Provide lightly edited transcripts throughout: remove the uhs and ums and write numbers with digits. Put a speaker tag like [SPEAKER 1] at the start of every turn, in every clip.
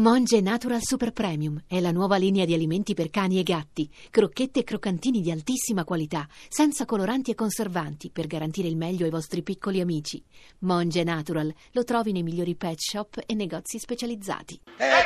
[SPEAKER 1] Monge Natural Super Premium è la nuova linea di alimenti per cani e gatti, crocchette e croccantini di altissima qualità, senza coloranti e conservanti, per garantire il meglio ai vostri piccoli amici. Monge Natural lo trovi nei migliori pet shop e negozi specializzati.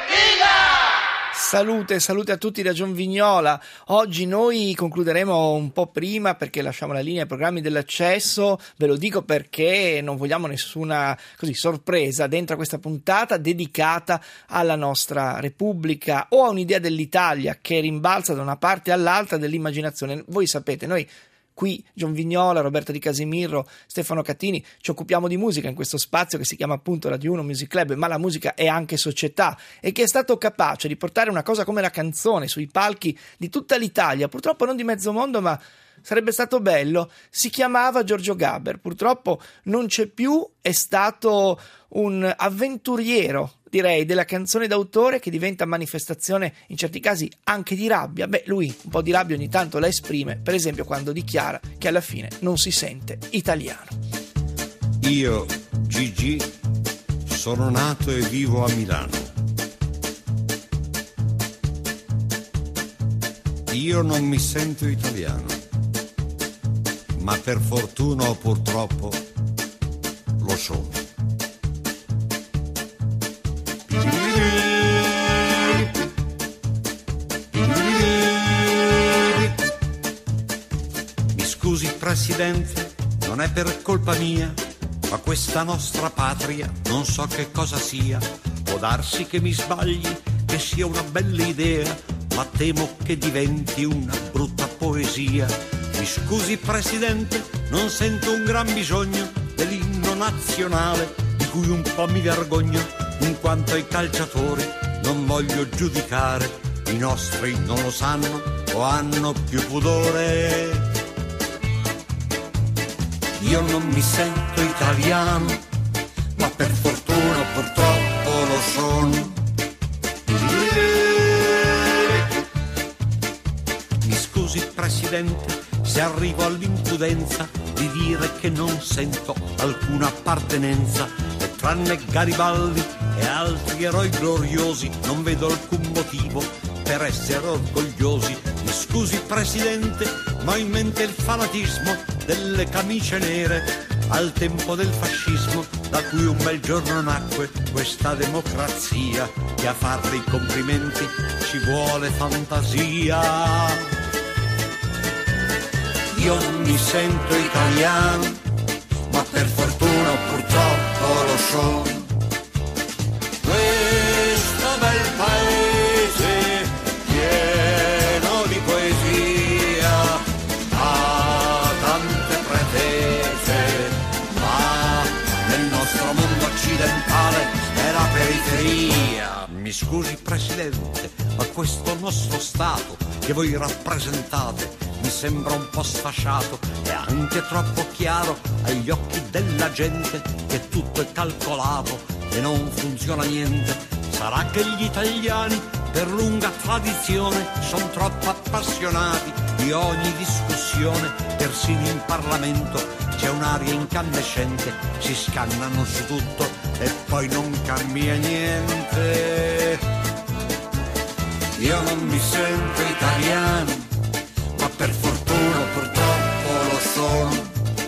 [SPEAKER 2] Salute a tutti da John Vignola. Oggi noi concluderemo un po' prima perché lasciamo la linea ai programmi dell'accesso. Ve lo dico perché non vogliamo nessuna sorpresa dentro a questa puntata dedicata alla nostra Repubblica o a un'idea dell'Italia che rimbalza da una parte all'altra dell'immaginazione. Voi sapete, noi qui, John Vignola, Roberta Di Casimiro, Stefano Cattini, ci occupiamo di musica in questo spazio che si chiama appunto Radio 1 Music Club, ma la musica è anche società, e chi è stato capace di portare una cosa come la canzone sui palchi di tutta l'Italia, purtroppo non di mezzo mondo, ma sarebbe stato bello, si chiamava Giorgio Gaber. Purtroppo non c'è più, è stato un avventuriero, direi, della canzone d'autore, che diventa manifestazione in certi casi anche di rabbia. Lui un po' di rabbia ogni tanto la esprime, per esempio quando dichiara che alla fine non si sente italiano.
[SPEAKER 3] Io, Gigi, sono nato e vivo a Milano. Io non mi sento italiano, ma per fortuna o purtroppo lo sono. Mi scusi Presidente, non è per colpa mia, ma questa nostra patria non so che cosa sia. Può darsi che mi sbagli, che sia una bella idea, ma temo che diventi una brutta poesia. Mi scusi Presidente, non sento un gran bisogno dell'inno nazionale, di cui un po' mi vergogno, in quanto ai calciatori non voglio giudicare. I nostri non lo sanno o hanno più pudore. Io non mi sento italiano, ma per fortuna purtroppo lo sono. Mi scusi Presidente se arrivo all'impudenza di dire che non sento alcuna appartenenza, e tranne Garibaldi e altri eroi gloriosi non vedo alcun motivo per essere orgogliosi. Mi scusi Presidente, ma ho in mente il fanatismo delle camicie nere al tempo del fascismo, da cui un bel giorno nacque questa democrazia, che a farle i complimenti ci vuole fantasia. Io non mi sento italiano, ma per fortuna purtroppo lo sono. Questo bel paese pieno di poesia ha tante pretese, ma nel nostro mondo occidentale è la periferia. Mi scusi Presidente, ma questo nostro Stato che voi rappresentate mi sembra un po' sfasciato e anche troppo chiaro agli occhi della gente che tutto è calcolato e non funziona niente. Sarà che gli italiani per lunga tradizione sono troppo appassionati di ogni discussione, persino in Parlamento c'è un'aria incandescente, si scannano su tutto e poi non cambia niente. Io non mi sento italiano, ma per fortuna purtroppo lo sono.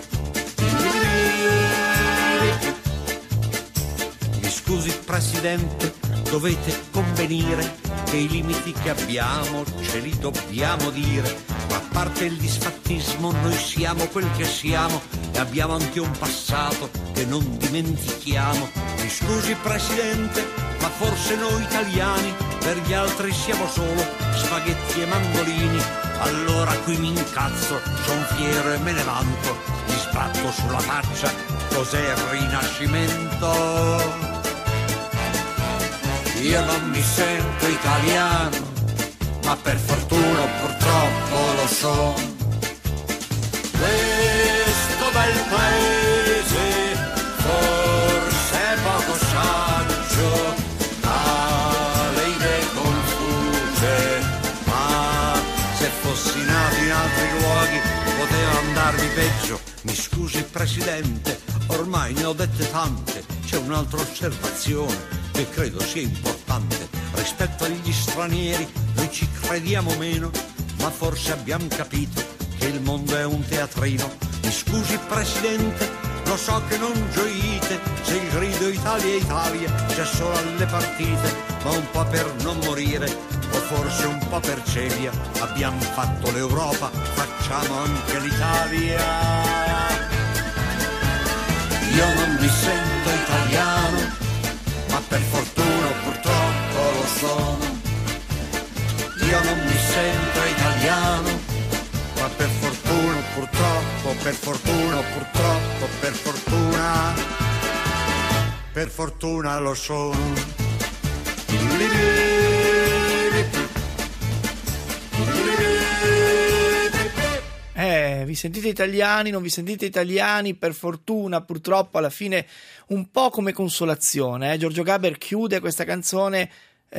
[SPEAKER 3] Mi scusi Presidente, dovete convenire che i limiti che abbiamo ce li dobbiamo dire, ma a parte il disfattismo noi siamo quel che siamo e abbiamo anche un passato che non dimentichiamo. Mi scusi Presidente, ma forse noi italiani per gli altri siamo solo spaghetti e mandolini. Allora qui mi incazzo, son fiero e me ne vanto, mi sbatto sulla faccia, cos'è il Rinascimento? Io non mi sento italiano, ma per fortuna purtroppo lo sono. Questo bel paese forse è poco saggio, ha le idee confuse, ma se fossi nato in altri luoghi poteva andarmi peggio. Mi scusi Presidente, ormai ne ho dette tante, c'è un'altra osservazione. che credo sia importante rispetto agli stranieri. Noi ci crediamo meno, ma forse abbiamo capito che il mondo è un teatrino. Mi scusi Presidente, lo so che non gioite se il grido Italia Italia c'è solo alle partite, ma un po' per non morire o forse un po' per celia abbiamo fatto l'Europa, facciamo anche l'Italia. Io non mi sento italiano, ma per fortuna purtroppo lo sono. Io non mi sento italiano, ma per fortuna purtroppo, per fortuna purtroppo, per fortuna lo sono.
[SPEAKER 2] Vi sentite italiani, non vi sentite italiani, per fortuna, purtroppo, alla fine un po' come consolazione. Giorgio Gaber chiude questa canzone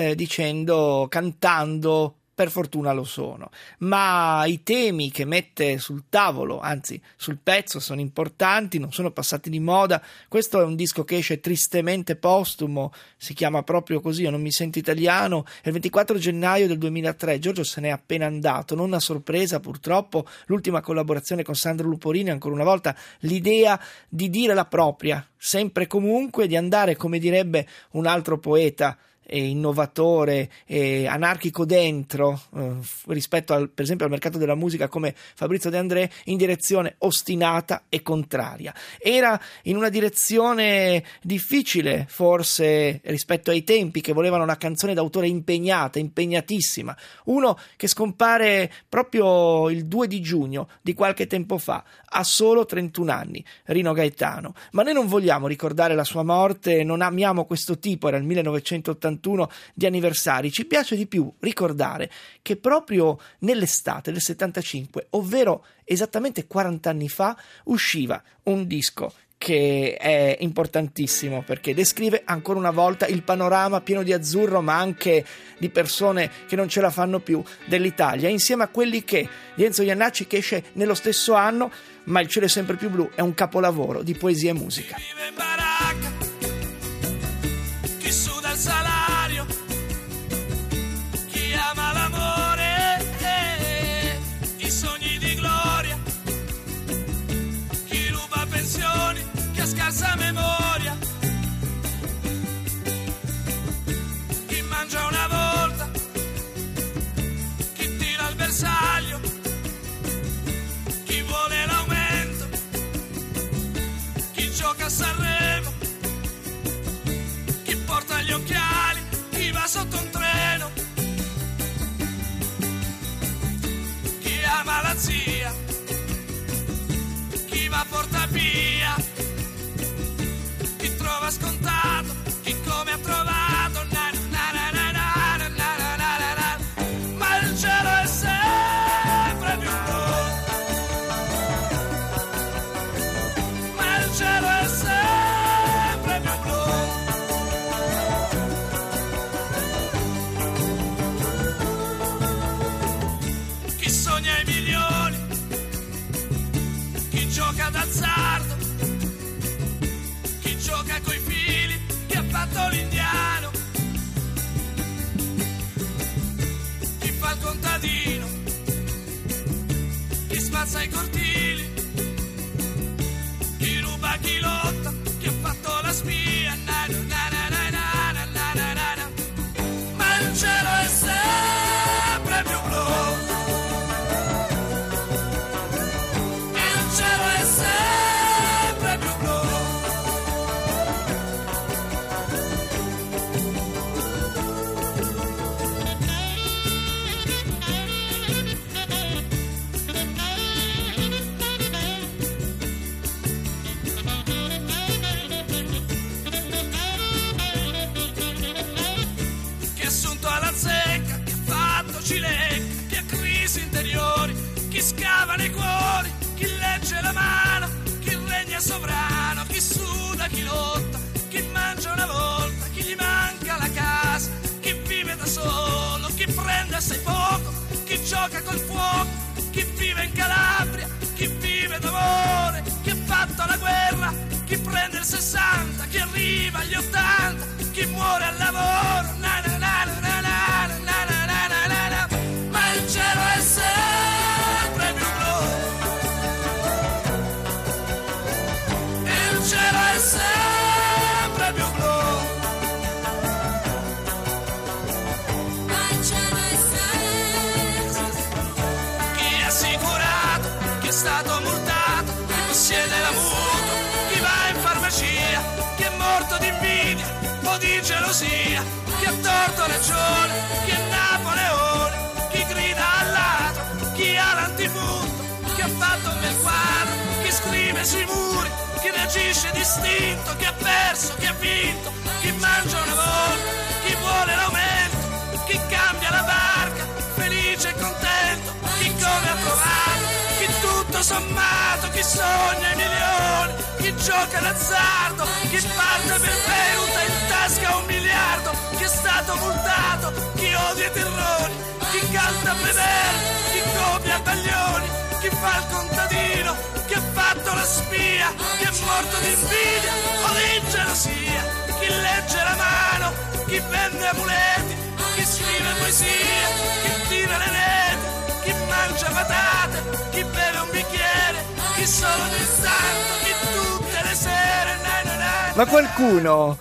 [SPEAKER 2] cantando per fortuna lo sono, ma i temi che mette sul tavolo, anzi sul pezzo, sono importanti, non sono passati di moda. Questo è un disco che esce tristemente postumo, si chiama proprio così, Io non mi sento italiano, è il 24 gennaio del 2003, Giorgio se n'è appena andato, non a sorpresa purtroppo, l'ultima collaborazione con Sandro Luporini, ancora una volta l'idea di dire la propria, sempre e comunque, di andare, come direbbe un altro poeta, innovatore e anarchico dentro rispetto per esempio al mercato della musica come Fabrizio De André, in direzione ostinata e contraria. Era in una direzione difficile forse rispetto ai tempi che volevano una canzone d'autore impegnata, impegnatissima. Uno che scompare proprio il 2 di giugno di qualche tempo fa, a solo 31 anni, Rino Gaetano. Ma noi non vogliamo ricordare la sua morte, non amiamo questo tipo, era il 1981 di anniversari. Ci piace di più ricordare che proprio nell'estate del 75, ovvero esattamente 40 anni fa, usciva un disco che è importantissimo perché descrive ancora una volta il panorama pieno di azzurro, ma anche di persone che non ce la fanno più dell'Italia, insieme a Quelli che di Enzo Jannacci, che esce nello stesso anno, ma Il cielo è sempre più blu è un capolavoro di poesia e musica.
[SPEAKER 4] Chi vive in baracca, chi suda il salario, chi ama l'amore, i sogni di gloria, chi ruba pensioni, chi ha scarsa memoria, chi mangia una volta, chi tira al bersaglio, chi vuole l'aumento, chi gioca a Sanremo, chi porta gli occhiali, chi va sotto un treno, chi ama la zia, chi va a Portapia, chi trova scontato, chi come ha trovato, ma il cielo è sempre più blu, ma il cielo è sempre più blu. Chi sogna i milioni, chi gioca d'azzardo, chi gioca coi fili, chi ha fatto l'indiano, chi fa il contadino, chi spazza i cortili, chi ruba, chi lotta, chi ha fatto la spia, ma il cielo è sempre più blu, il cielo è sempre più blu. Chi è assunto alla zecca, chi ha fatto cilecca, chi ha crisi interiori, chi scava nei cuori, chi legge la mano, chi regna sovrano, chi suda, chi lotta, chi mangia una volta, chi gli manca la casa, chi vive da solo, chi prende assai poco, chi gioca col fuoco, chi vive in Calabria, chi vive d'amore, chi ha fatto la guerra, chi prende il 60, chi arriva agli 80, chi chi muore al lavoro, na na na na na na na na na na na. Ma il cielo è sempre più blu, il cielo è sempre più blu. Chi è stato multato, chi possiede la mutua, chi va in farmacia, chi è morto di invidia o di gelosia, chi ha torto ragione, chi è Napoleone, chi grida al ladro, chi ha l'antifurto, chi ha fatto un bel quadro, chi scrive sui muri, chi reagisce distinto, chi ha perso, chi ha vinto, chi mangia una volta, chi vuole l'aumento, chi cambia la barca, felice e contento, chi come ha trovato, chi tutto sommato, chi sogna i milioni, chi gioca d'azzardo, chi parte per Beuta in tasca 1 miliardo, chi è stato multato, chi odia i terroni, chi canta a vedere, chi copia Baglioni, chi fa il contadino, chi ha fatto la spia, chi è morto di invidia o di gelosia, chi legge la mano, chi vende amuleti, chi scrive poesia, chi tira le reti, chi mangia patate, chi beve un bicchiere, chi solo di santo, chi tutte le sere, na na na.
[SPEAKER 2] Ma qualcuno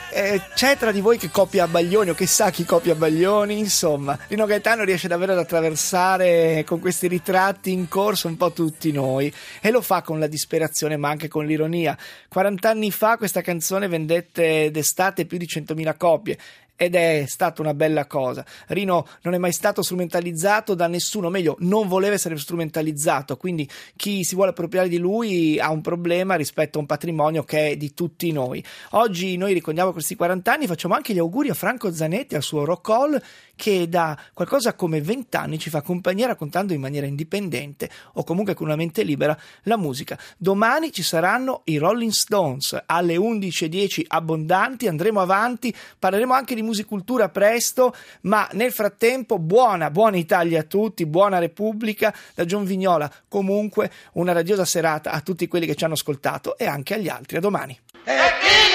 [SPEAKER 2] c'è tra di voi che copia Baglioni o che sa chi copia Baglioni? Insomma, Rino Gaetano riesce davvero ad attraversare con questi ritratti in corso un po' tutti noi, e lo fa con la disperazione ma anche con l'ironia. 40 anni fa questa canzone vendette d'estate più di 100.000 copie. Ed è stata una bella cosa. Rino non è mai stato strumentalizzato da nessuno, meglio, non voleva essere strumentalizzato, quindi chi si vuole appropriare di lui ha un problema rispetto a un patrimonio che è di tutti noi. Oggi noi ricordiamo questi 40 anni, facciamo anche gli auguri a Franco Zanetti, al suo Rock Hall, che da qualcosa come 20 anni ci fa compagnia raccontando in maniera indipendente o comunque con una mente libera la musica. Domani ci saranno i Rolling Stones alle 11:10 abbondanti, andremo avanti, parleremo anche di musicultura presto, ma nel frattempo buona Italia a tutti, buona Repubblica da John Vignola. Comunque una radiosa serata a tutti quelli che ci hanno ascoltato e anche agli altri. A domani.